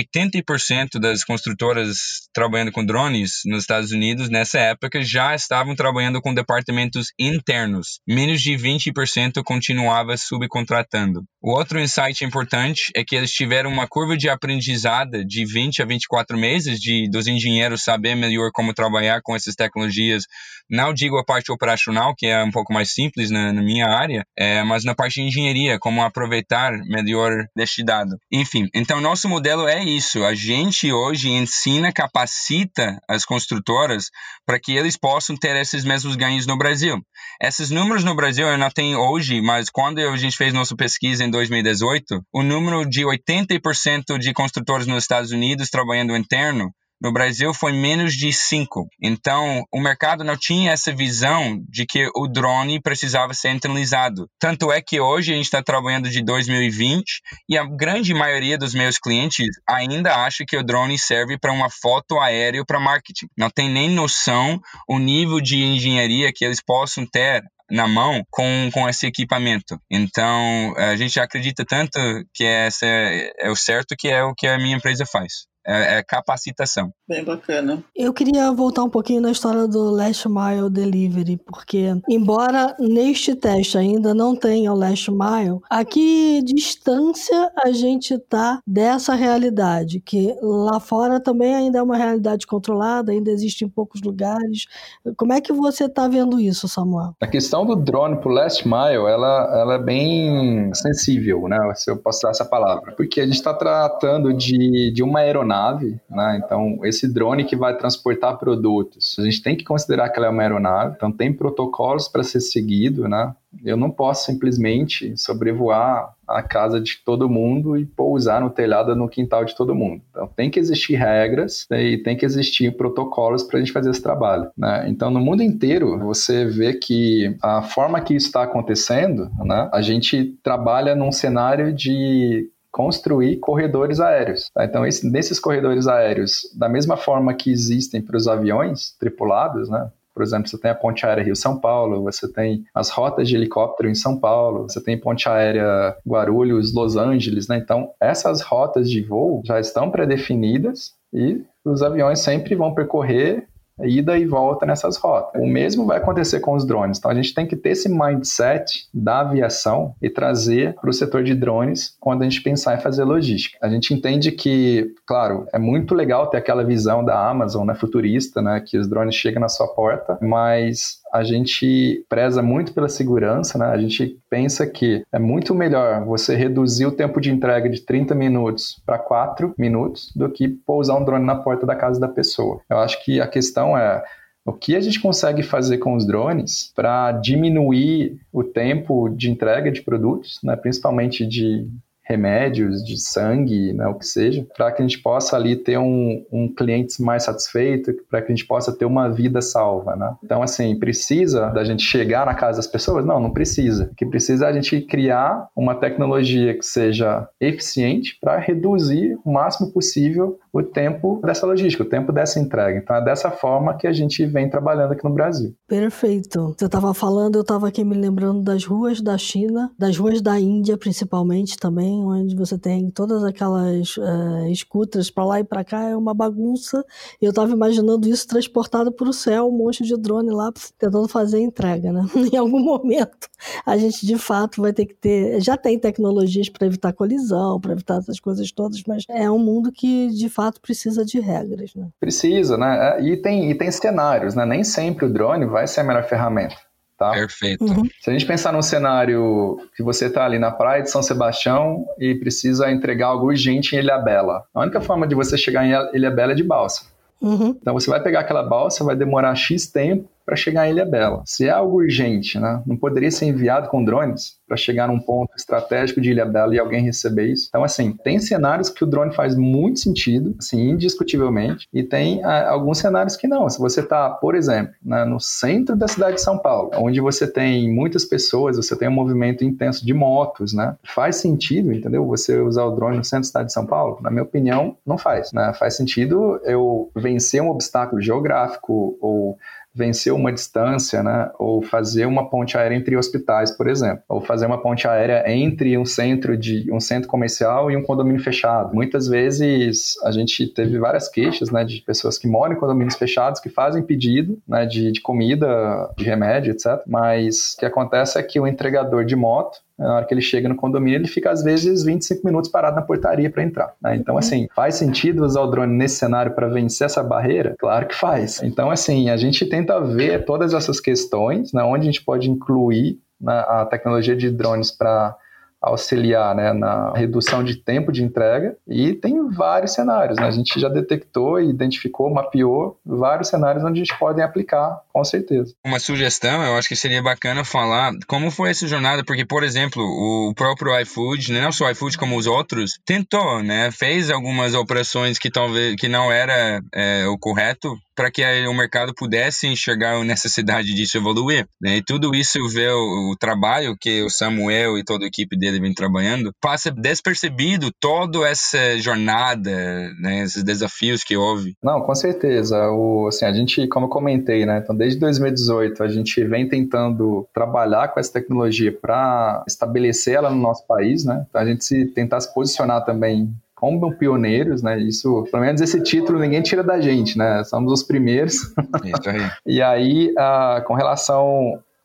80% das construtoras trabalhando com drones nos Estados Unidos, nessa época, já estavam trabalhando com departamentos internos. Menos de 20% continuava subcontratando. O outro insight importante é que eles tiveram uma curva de aprendizado de 20 a 24 meses dos engenheiros saber melhor como trabalhar com essas tecnologias. Não digo a parte operacional, que é um pouco mais simples na minha área, mas na parte de engenharia, como aproveitar melhor deste dado. Enfim, então nosso modelo é isso. A gente hoje ensina, capacita as construtoras para que eles possam ter esses mesmos ganhos no Brasil. Esses números no Brasil eu não tenho hoje, mas quando a gente fez nossa pesquisa em 2018, o número de 80% de construtores nos Estados Unidos trabalhando interno, no Brasil foi menos de 5. Então, o mercado não tinha essa visão de que o drone precisava ser internalizado. Tanto é que hoje a gente está trabalhando de 2020 e a grande maioria dos meus clientes ainda acha que o drone serve para uma foto aérea para marketing. Não tem nem noção o nível de engenharia que eles possam ter na mão com esse equipamento. Então, a gente acredita tanto que esse é o certo, que é o que a minha empresa faz. É capacitação. Bem bacana. Eu queria voltar um pouquinho na história do Last Mile Delivery, porque embora neste teste ainda não tenha o Last Mile, a que distância a gente está dessa realidade, que lá fora também ainda é uma realidade controlada, ainda existe em poucos lugares. Como é que você está vendo isso, Samuel? A questão do drone para o Last Mile, ela é bem sensível, né? Se eu posso usar essa palavra. Porque a gente está tratando de uma aeronave aeronave, né? Então, esse drone que vai transportar produtos, a gente tem que considerar que ela é uma aeronave, então tem protocolos para ser seguido, né? Eu não posso simplesmente sobrevoar a casa de todo mundo e pousar no telhado no quintal de todo mundo. Então, tem que existir regras e tem que existir protocolos para a gente fazer esse trabalho, né? Então, no mundo inteiro, você vê que a forma que isso está acontecendo, né? A gente trabalha num cenário de construir corredores aéreos. Tá? Então, nesses corredores aéreos, da mesma forma que existem para os aviões tripulados, né? Por exemplo, você tem a ponte aérea Rio-São Paulo, você tem as rotas de helicóptero em São Paulo, você tem ponte aérea Guarulhos-Los Angeles, né? Então, essas rotas de voo já estão pré-definidas e os aviões sempre vão percorrer ida e volta nessas rotas. O mesmo vai acontecer com os drones. Então, a gente tem que ter esse mindset da aviação e trazer para o setor de drones quando a gente pensar em fazer logística. A gente entende que, claro, é muito legal ter aquela visão da Amazon, né, futurista, né, que os drones chegam na sua porta, mas a gente preza muito pela segurança, né? A gente pensa que é muito melhor você reduzir o tempo de entrega de 30 minutos para 4 minutos do que pousar um drone na porta da casa da pessoa. Eu acho que a questão é o que a gente consegue fazer com os drones para diminuir o tempo de entrega de produtos, né? Principalmente de remédios, de sangue, né, o que seja, para que a gente possa ali ter um cliente mais satisfeito, para que a gente possa ter uma vida salva, né? Então, assim, precisa da gente chegar na casa das pessoas? Não precisa. O que precisa é a gente criar uma tecnologia que seja eficiente para reduzir o máximo possível o tempo dessa logística, o tempo dessa entrega. Então, é dessa forma que a gente vem trabalhando aqui no Brasil. Perfeito. Você estava falando, eu estava aqui me lembrando das ruas da China, das ruas da Índia, principalmente, também, onde você tem todas aquelas scooters para lá e para cá, é uma bagunça. Eu estava imaginando isso transportado para o céu, um monte de drone lá, tentando fazer a entrega, né? Em algum momento, a gente, de fato, vai ter que ter... Já tem tecnologias para evitar colisão, para evitar essas coisas todas, mas é um mundo que, de fato, precisa de regras, né? Precisa, né? E tem cenários, né? Nem sempre o drone vai ser a melhor ferramenta. Tá? Perfeito. Uhum. Se a gente pensar num cenário que você está ali na praia de São Sebastião e precisa entregar algo urgente em Ilhabela, a única forma de você chegar em Ilhabela é de balsa. Uhum. Então você vai pegar aquela balsa, vai demorar X tempo para chegar em Ilhabela. Se é algo urgente, né, não poderia ser enviado com drones para chegar num ponto estratégico de Ilhabela e alguém receber isso. Então, assim, tem cenários que o drone faz muito sentido, assim, indiscutivelmente, e tem alguns cenários que não. Se você está, por exemplo, né, no centro da cidade de São Paulo, onde você tem muitas pessoas, você tem um movimento intenso de motos, né, faz sentido, entendeu? Você usar o drone no centro da cidade de São Paulo? Na minha opinião, não faz, né? Faz sentido eu vencer um obstáculo geográfico ou vencer uma distância, né? Ou fazer uma ponte aérea entre hospitais, por exemplo, ou fazer uma ponte aérea entre um centro comercial e um condomínio fechado. Muitas vezes a gente teve várias queixas, né, de pessoas que moram em condomínios fechados que fazem pedido, né, de comida, de remédio, etc. Mas o que acontece é que o entregador de moto, na hora que ele chega no condomínio, ele fica às vezes 25 minutos parado na portaria para entrar, né? Então, assim, faz sentido usar o drone nesse cenário para vencer essa barreira? Claro que faz. Então, assim, a gente tenta ver todas essas questões, né, onde a gente pode incluir, né, a tecnologia de drones para auxiliar, né, na redução de tempo de entrega, e tem vários cenários, né? A gente já detectou, identificou, mapeou vários cenários onde a gente pode aplicar, com certeza. Uma sugestão, eu acho que seria bacana falar como foi essa jornada, porque, por exemplo, o próprio iFood, né, não só o iFood como os outros, tentou, né, fez algumas operações que talvez que não era o correto, para que o mercado pudesse enxergar a necessidade disso evoluir, né? E tudo isso vê o trabalho que o Samuel e toda a equipe dele vem trabalhando, passa despercebido toda essa jornada, né? Esses desafios que houve. Não, com certeza. Assim, a gente, como eu comentei, né? Então, desde 2018, a gente vem tentando trabalhar com essa tecnologia para estabelecer ela no nosso país, né? Então, a gente tentar se posicionar também como pioneiros, né? Isso, pelo menos esse título ninguém tira da gente, né? Somos os primeiros. Isso aí. E aí, com relação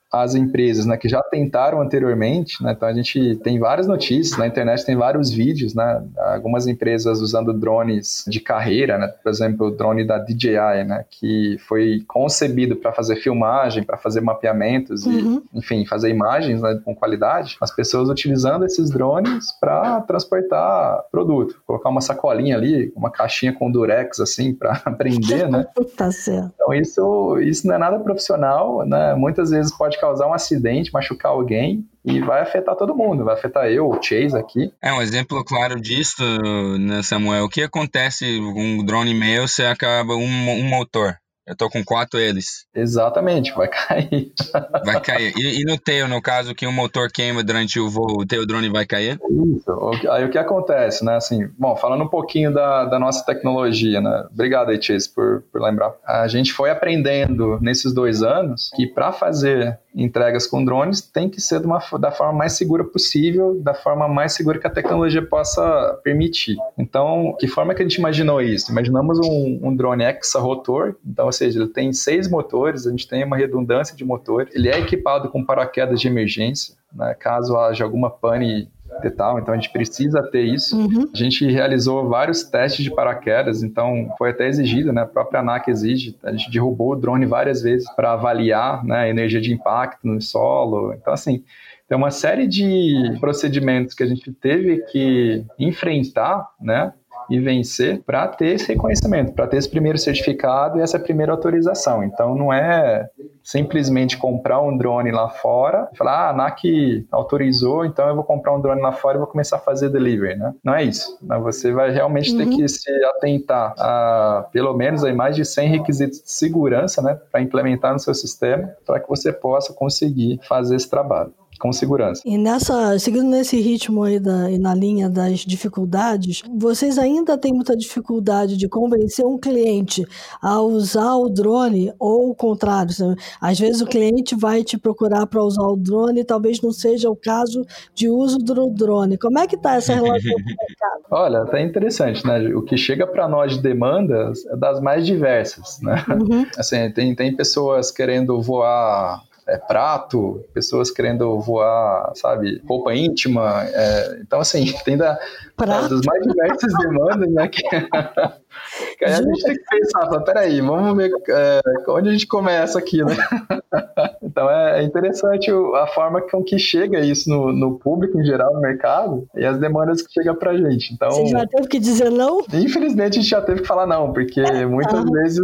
as empresas, né, que já tentaram anteriormente, né, então a gente tem várias notícias, na internet tem vários vídeos, né, algumas empresas usando drones de carreira, né, por exemplo, o drone da DJI, né, que foi concebido para fazer filmagem, para fazer mapeamentos e, enfim, fazer imagens, né, com qualidade, as pessoas utilizando esses drones para transportar produto, colocar uma sacolinha ali, uma caixinha com durex, assim, para prender, né. Tá certo. Então isso não é nada profissional, né, muitas vezes pode causar um acidente, machucar alguém e vai afetar todo mundo, vai afetar eu, o Chase aqui. Um exemplo claro disso, né, Samuel, o que acontece com um drone meu se acaba um motor? Eu tô com 4 hélices. Exatamente, vai cair. Vai cair. E no teu, no caso que um motor queima durante o voo, o teu drone vai cair? Isso. Aí o que acontece, né? Assim, bom, falando um pouquinho da nossa tecnologia, né? Obrigado aí, Chase, por lembrar. A gente foi aprendendo nesses 2 anos que para fazer entregas com drones tem que ser da forma mais segura possível, da forma mais segura que a tecnologia possa permitir. Então, que forma que a gente imaginou isso? Imaginamos um drone hexarotor, então, ou seja, ele tem 6 motores, a gente tem uma redundância de motor, ele é equipado com paraquedas de emergência, né, caso haja alguma pane e tal, então a gente precisa ter isso. A gente realizou vários testes de paraquedas, então foi até exigido, né? A própria ANAC exige, a gente derrubou o drone várias vezes para avaliar, né, a energia de impacto no solo. Então, assim, tem uma série de procedimentos que a gente teve que enfrentar, né, e vencer para ter esse reconhecimento, para ter esse primeiro certificado e essa primeira autorização. Então, não é simplesmente comprar um drone lá fora e falar, a ANAC autorizou, então eu vou comprar um drone lá fora e vou começar a fazer delivery, né? Não é isso. Você vai realmente ter que se atentar a, pelo menos, a mais de 100 requisitos de segurança, né, para implementar no seu sistema, para que você possa conseguir fazer esse trabalho com segurança. E seguindo nesse ritmo aí e na linha das dificuldades, vocês ainda têm muita dificuldade de convencer um cliente a usar o drone ou o contrário? Às vezes o cliente vai te procurar para usar o drone e talvez não seja o caso de uso do drone. Como é que está essa relação com o mercado? Olha, tá interessante, né? O que chega para nós de demandas é das mais diversas, né? Assim, tem pessoas querendo voar prato, pessoas querendo voar, sabe, roupa íntima, então assim, tem das mais diversas demandas, né, que aí a gente tem que pensar, peraí, vamos ver onde a gente começa aqui, né? Então é interessante a forma com que chega isso no público em geral, no mercado, e as demandas que chegam pra gente. Então, você já teve que dizer não? Infelizmente a gente já teve que falar não, porque muitas vezes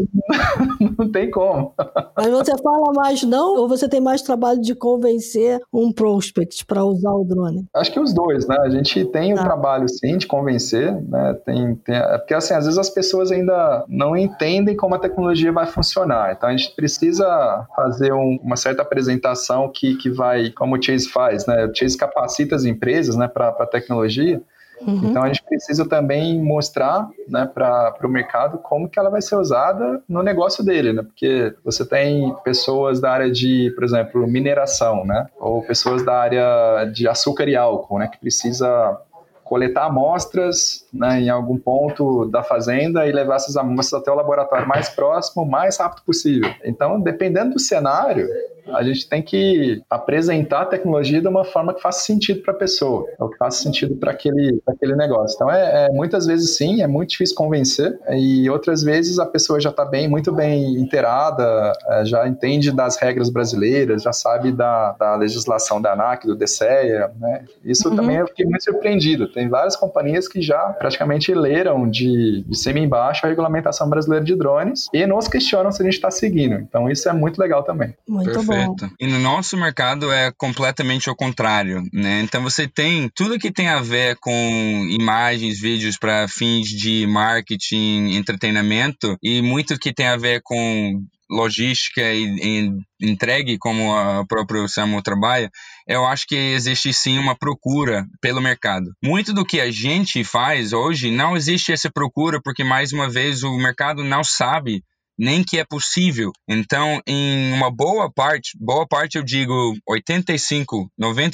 não tem como. Mas você fala mais não, ou você tem mais trabalho de convencer um prospect para usar o drone? Acho que os dois, né? A gente tem o trabalho, sim, de convencer, né? Porque, assim, às vezes as pessoas ainda não entendem como a tecnologia vai funcionar. Então, a gente precisa fazer uma certa apresentação que vai, como o Chase faz, né? O Chase capacita as empresas, né, para a tecnologia. Então, a gente precisa também mostrar, né, para o mercado como que ela vai ser usada no negócio dele, né? Porque você tem pessoas da área de, por exemplo, mineração, né? Ou pessoas da área de açúcar e álcool, né? Que precisa coletar amostras, né, em algum ponto da fazenda e levar essas amostras até o laboratório mais próximo, o mais rápido possível. Então, dependendo do cenário, a gente tem que apresentar a tecnologia de uma forma que faça sentido para a pessoa, ou que faça sentido para aquele negócio. Então, muitas vezes sim, é muito difícil convencer, e outras vezes a pessoa já está muito bem inteirada, já entende das regras brasileiras, já sabe da legislação da ANAC, do DCEA, né? Isso também eu fiquei muito surpreendido. Tem várias companhias que já praticamente leram de cima e embaixo a regulamentação brasileira de drones e nos questionam se a gente está seguindo. Então, isso é muito legal também. Muito bom. E no nosso mercado é completamente ao contrário, né? Então você tem tudo que tem a ver com imagens, vídeos para fins de marketing, entretenimento e muito que tem a ver com logística e entregue, como o próprio Samuel trabalha. Eu acho que existe sim uma procura pelo mercado. Muito do que a gente faz hoje não existe essa procura porque, mais uma vez, o mercado não sabe nem que é possível. Então, em uma boa parte eu digo 85%,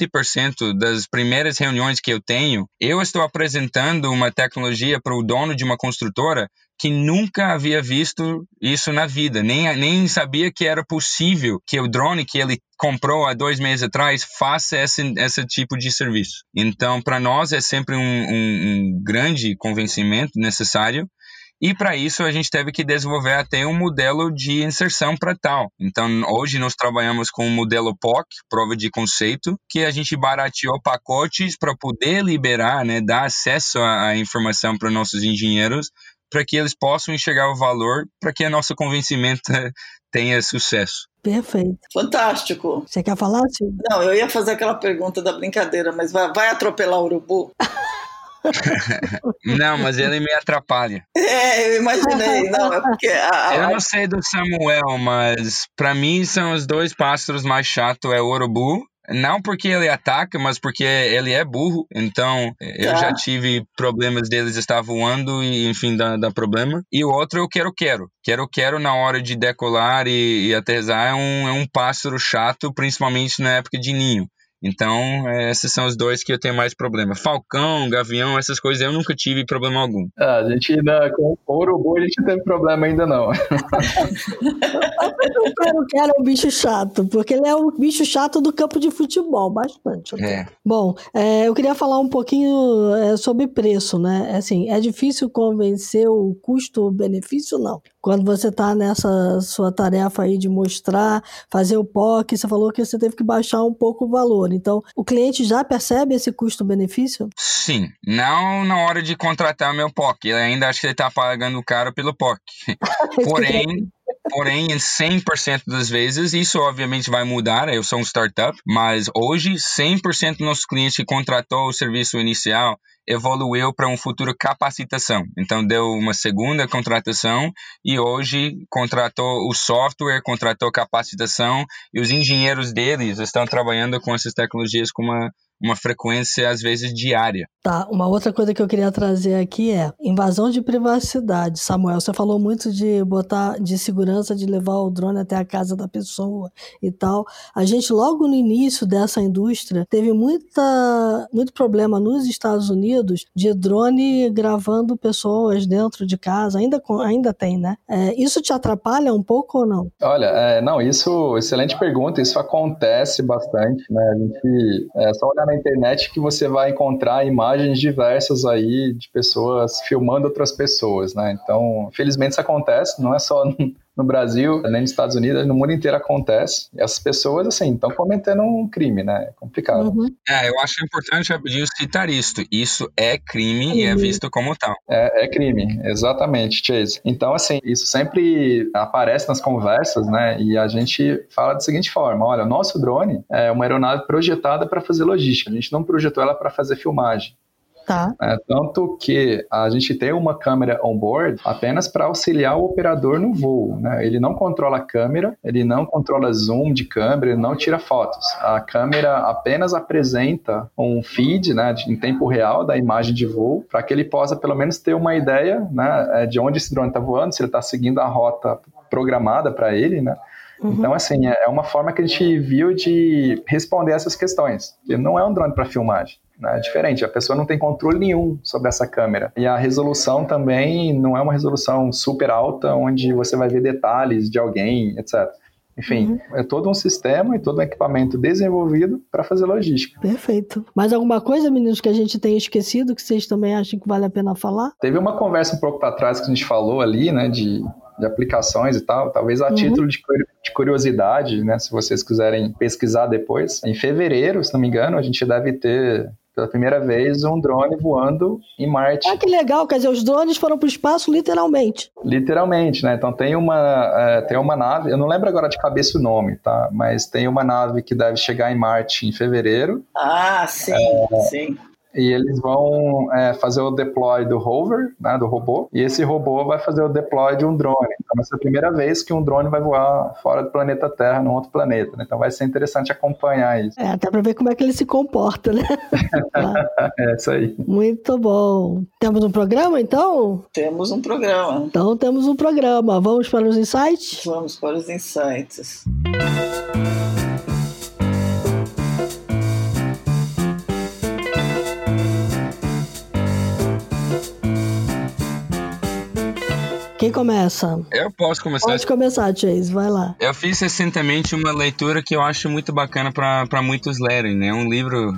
90% das primeiras reuniões que eu tenho, eu estou apresentando uma tecnologia para o dono de uma construtora que nunca havia visto isso na vida, nem sabia que era possível, que o drone que ele comprou há 2 meses atrás, faça esse tipo de serviço. Então, para nós é sempre um grande convencimento necessário. E para isso a gente teve que desenvolver até um modelo de inserção para tal. Então hoje nós trabalhamos com o modelo POC, prova de conceito, que a gente barateou pacotes para poder liberar, né, dar acesso à informação para nossos engenheiros, para que eles possam enxergar o valor, para que o nosso convencimento tenha sucesso. Perfeito. Fantástico. Você quer falar, Silvio? Não, eu ia fazer aquela pergunta da brincadeira, mas vai atropelar o urubu? Não, mas ele me atrapalha. Eu imaginei. Não, é porque... Eu não sei do Samuel, mas para mim são os 2 pássaros mais chatos, é o urubu. Não porque ele ataca, mas porque ele é burro. Então, eu já tive problemas deles estar voando e, enfim, dá problema. E o outro é o quero-quero. Quero-quero na hora de decolar e aterrissar é um pássaro chato, principalmente na época de ninho. Então, esses são os 2 que eu tenho mais problema. Falcão, gavião, essas coisas eu nunca tive problema algum. A gente ainda, com o urubu, a gente não teve problema ainda não. O quero-quero é um bicho chato, porque ele é um bicho chato do campo de futebol, bastante. Bom, eu queria falar um pouquinho sobre preço, né? Assim, é difícil convencer o custo-benefício, não. Quando você está nessa sua tarefa aí de mostrar, fazer o POC, você falou que você teve que baixar um pouco o valor. Então, o cliente já percebe esse custo-benefício? Sim, não na hora de contratar meu POC. Ele ainda acha que ele está pagando caro pelo POC. Porém, em 100% das vezes, isso obviamente vai mudar, eu sou um startup, mas hoje 100% dos nossos clientes que contratou o serviço inicial evoluiu para um futuro capacitação. Então, deu uma segunda contratação e hoje contratou o software, contratou capacitação e os engenheiros deles estão trabalhando com essas tecnologias com uma frequência, às vezes, diária. Tá, uma outra coisa que eu queria trazer aqui é invasão de privacidade. Samuel, você falou muito de botar de segurança, de levar o drone até a casa da pessoa e tal. A gente, logo no início dessa indústria, teve muito problema nos Estados Unidos de drone gravando pessoas dentro de casa. Ainda tem, né? Isso te atrapalha um pouco ou não? Olha, não, isso, excelente pergunta. Isso acontece bastante, né? A gente, só olhar na internet que você vai encontrar imagens diversas aí de pessoas filmando outras pessoas, né? Então, infelizmente isso acontece, não é só no Brasil, nem nos Estados Unidos, no mundo inteiro acontece. E essas pessoas, assim, estão cometendo um crime, né? É complicado. Uhum. Eu acho importante rapidinho citar isso. Isso é crime e é visto como tal. É crime, exatamente, Chase. Então, assim, isso sempre aparece nas conversas, né? E a gente fala da seguinte forma, olha, o nosso drone é uma aeronave projetada para fazer logística. A gente não projetou ela para fazer filmagem. Tá. Tanto que a gente tem uma câmera on-board apenas para auxiliar o operador no voo, né? Ele não controla a câmera, ele não controla zoom de câmera, ele não tira fotos. A câmera apenas apresenta um feed, né, em tempo real da imagem de voo, para que ele possa pelo menos ter uma ideia, né, de onde esse drone está voando, se ele está seguindo a rota programada para ele, né? Uhum. Então, assim, é uma forma que a gente viu de responder essas questões. Ele não é um drone para filmagem. É diferente, a pessoa não tem controle nenhum sobre essa câmera. E a resolução também não é uma resolução super alta, onde você vai ver detalhes de alguém, etc. Enfim, é todo um sistema e todo um equipamento desenvolvido para fazer logística. Perfeito. Mais alguma coisa, meninos, que a gente tenha esquecido, que vocês também acham que vale a pena falar? Teve uma conversa um pouco para trás que a gente falou ali, né, de aplicações e tal, talvez a título de curiosidade, né, se vocês quiserem pesquisar depois. Em fevereiro, se não me engano, a gente deve ter pela primeira vez um drone voando em Marte. Ah, que legal, quer dizer, os drones foram para o espaço literalmente. Literalmente, né? Então tem uma nave, eu não lembro agora de cabeça o nome, tá? Mas tem uma nave que deve chegar em Marte em fevereiro. Ah, sim, sim. E eles vão fazer o deploy do rover, né, do robô, e esse robô vai fazer o deploy de um drone. Então, essa é a primeira vez que um drone vai voar fora do planeta Terra, num outro planeta. Né? Então, vai ser interessante acompanhar isso. Até para ver como é que ele se comporta, né? É isso aí. Muito bom. Temos um programa, então? Temos um programa. Então, temos um programa. Vamos para os insights? Vamos para os insights. Quem começa? Eu posso começar. Pode começar, Chase, vai lá. Eu fiz recentemente uma leitura que eu acho muito bacana para muitos lerem, né? Um livro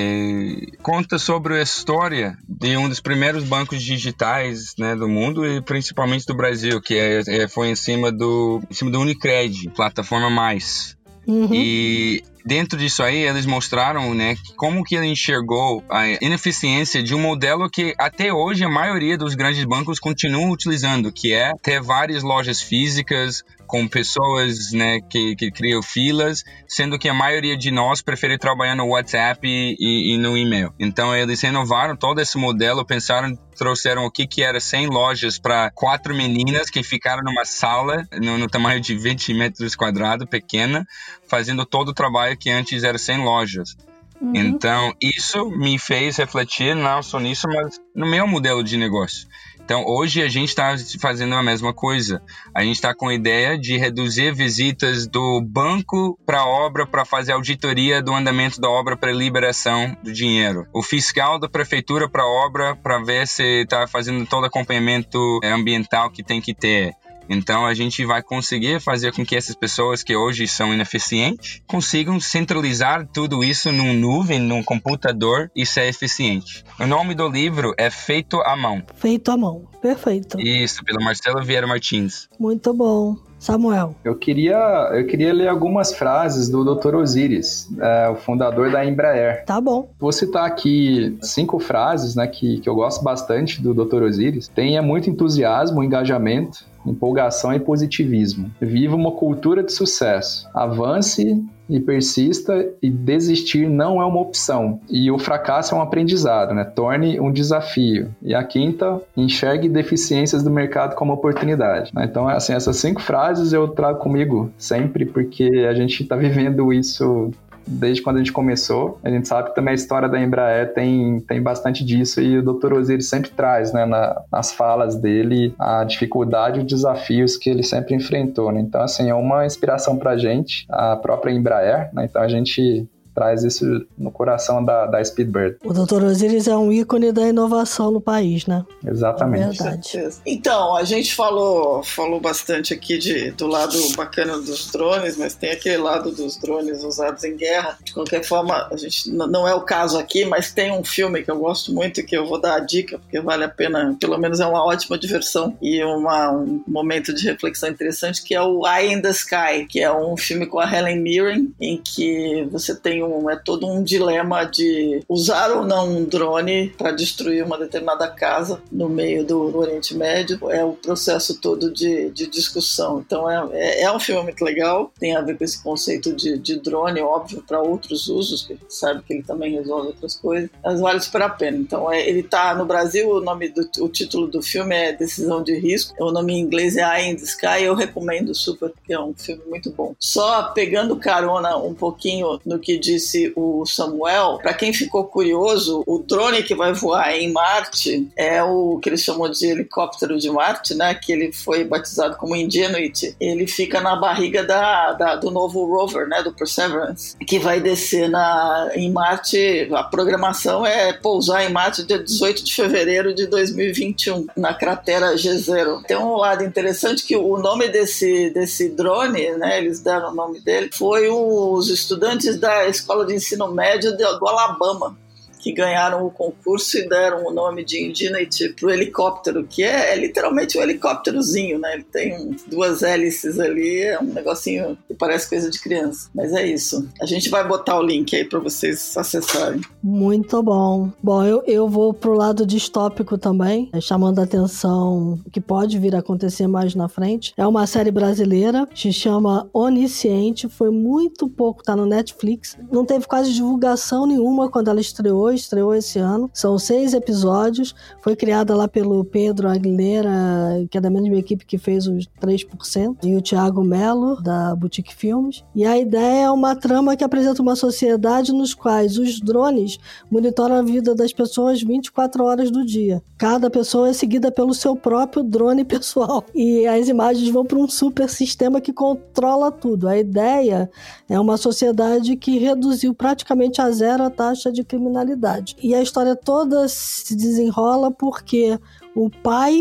que conta sobre a história de um dos primeiros bancos digitais, né, do mundo e principalmente do Brasil, que foi em cima do Unicred, plataforma Mais. Uhum. E dentro disso aí, eles mostraram, né, como que ele enxergou a ineficiência de um modelo que até hoje a maioria dos grandes bancos continuam utilizando, que é ter várias lojas físicas com pessoas, né, que criam filas, sendo que a maioria de nós prefere trabalhar no WhatsApp e no e-mail. Então, eles renovaram todo esse modelo, trouxeram o que era 100 lojas para 4 meninas que ficaram numa sala no tamanho de 20 metros quadrados, pequena, fazendo todo o trabalho que antes era 100 lojas. Uhum. Então, isso me fez refletir não só nisso, mas no meu modelo de negócio. Então, hoje a gente está fazendo a mesma coisa. A gente está com a ideia de reduzir visitas do banco para a obra, para fazer auditoria do andamento da obra para liberação do dinheiro. O fiscal da prefeitura para a obra, para ver se está fazendo todo o acompanhamento ambiental que tem que ter. Então, a gente vai conseguir fazer com que essas pessoas que hoje são ineficientes consigam centralizar tudo isso num nuvem, num computador e ser eficiente. O nome do livro é Feito à Mão. Feito à Mão, perfeito. Isso, pelo Marcelo Vieira Martins. Muito bom. Samuel. Eu queria ler algumas frases do Dr. Osiris, o fundador da Embraer. Tá bom. Vou citar aqui 5 frases, né, que eu gosto bastante do Dr. Osiris. Tenha muito entusiasmo, engajamento, empolgação e positivismo. Viva uma cultura de sucesso. Avance e persista, e desistir não é uma opção. E o fracasso é um aprendizado, né? Torne um desafio. E a 5ª, enxergue deficiências do mercado como oportunidade. Então, assim, essas 5 frases eu trago comigo sempre, porque a gente está vivendo isso desde quando a gente começou. A gente sabe que também a história da Embraer tem bastante disso, e o Dr. Osiris sempre traz, né, nas falas dele, a dificuldade e os desafios que ele sempre enfrentou, né? Então, assim, é uma inspiração pra gente, a própria Embraer, né? Então a gente traz isso no coração da Speedbird. O Dr. Osiris é um ícone da inovação no país, né? Exatamente. É verdade. Então, a gente falou bastante aqui do lado bacana dos drones, mas tem aquele lado dos drones usados em guerra. De qualquer forma, a gente não é o caso aqui, mas tem um filme que eu gosto muito, que eu vou dar a dica, porque vale a pena, pelo menos é uma ótima diversão e um momento de reflexão interessante, que é o Eye in the Sky, que é um filme com a Helen Mirren, em que você tem é todo um dilema de usar ou não um drone para destruir uma determinada casa no meio do Oriente Médio. É o processo todo de discussão. Então é um filme muito legal, tem a ver com esse conceito de drone, óbvio, para outros usos, que a gente sabe que ele também resolve outras coisas, mas vale super a pena. Então ele está no Brasil, o título do filme é Decisão de Risco, o nome em inglês é Eye in the Sky, eu recomendo super, porque é um filme muito bom. Só pegando carona um pouquinho no que disse o Samuel, para quem ficou curioso, o drone que vai voar em Marte é o que eles chamam de helicóptero de Marte, né? Que ele foi batizado como Ingenuity. Ele fica na barriga do novo rover, né? Do Perseverance, que vai descer em Marte. A programação é pousar em Marte dia 18 de fevereiro de 2021, na cratera G0. Tem um lado interessante que o nome desse drone, né? Eles deram o nome dele, foi os estudantes da Escola de Ensino Médio do Alabama, que ganharam o concurso e deram o nome de Ingenuity pro helicóptero, que é literalmente um helicópterozinho, né? Ele tem 2 hélices ali, é um negocinho que parece coisa de criança. Mas é isso. A gente vai botar o link aí para vocês acessarem. Muito bom. Bom, eu vou pro lado distópico também, chamando a atenção que pode vir a acontecer mais na frente. É uma série brasileira, se chama Onisciente, foi muito pouco, tá no Netflix. Não teve quase divulgação nenhuma quando ela estreou esse ano. São 6 episódios. Foi criada lá pelo Pedro Aguilera, que é da mesma equipe que fez os 3%, e o Thiago Mello, da Boutique Filmes. E a ideia é uma trama que apresenta uma sociedade nos quais os drones monitoram a vida das pessoas 24 horas do dia. Cada pessoa é seguida pelo seu próprio drone pessoal. E as imagens vão para um super sistema que controla tudo. A ideia é uma sociedade que reduziu praticamente a zero a taxa de criminalidade. E a história toda se desenrola porque o pai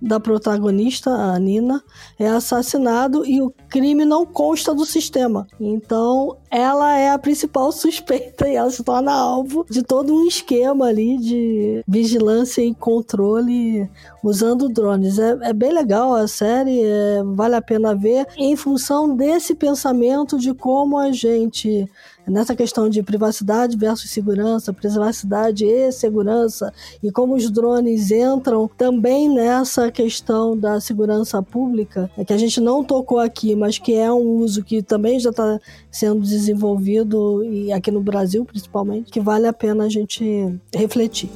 da protagonista, a Nina, é assassinado e o crime não consta do sistema. Então, ela é a principal suspeita e ela se torna alvo de todo um esquema ali de vigilância e controle usando drones. É bem legal a série, vale a pena ver em função desse pensamento de como a gente, nessa questão de privacidade versus segurança, privacidade e segurança, e como os drones entram também nessa questão da segurança pública, que a gente não tocou aqui, mas que é um uso que também já está sendo desenvolvido, e aqui no Brasil principalmente, que vale a pena a gente refletir.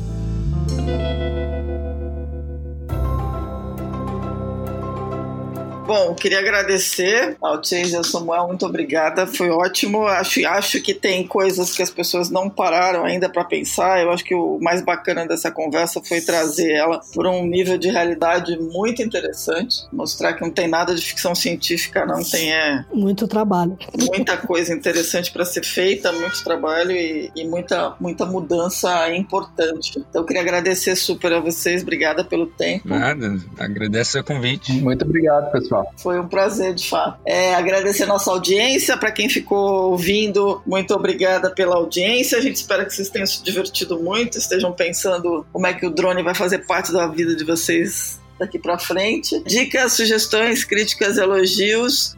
Bom, queria agradecer ao Chase e ao Samuel, muito obrigada, foi ótimo. Acho que tem coisas que as pessoas não pararam ainda para pensar. Eu acho que o mais bacana dessa conversa foi trazer ela por um nível de realidade muito interessante, mostrar que não tem nada de ficção científica, não tem muito trabalho, muita coisa interessante para ser feita, muito trabalho e muita mudança importante. Então eu queria agradecer super a vocês, obrigada pelo tempo. Nada, agradeço o convite. Muito obrigado, pessoal. Foi um prazer, de fato. Agradecer a nossa audiência, para quem ficou ouvindo, muito obrigada pela audiência. A gente espera que vocês tenham se divertido muito, estejam pensando como é que o drone vai fazer parte da vida de vocês daqui pra frente. Dicas, sugestões, críticas, elogios,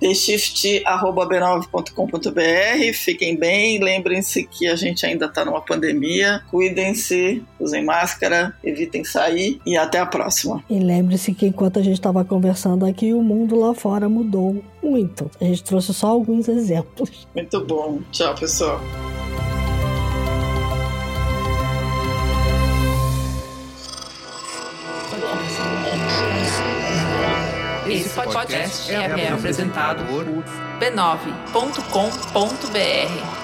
theshift@b9.com.br. Fiquem bem, lembrem-se que a gente ainda tá numa pandemia, cuidem-se, usem máscara, evitem sair e até a próxima. E lembre-se que enquanto a gente estava conversando aqui, o mundo lá fora mudou muito. A gente trouxe só alguns exemplos. Muito bom. Tchau, pessoal. Esse podcast é apresentado por b9.com.br.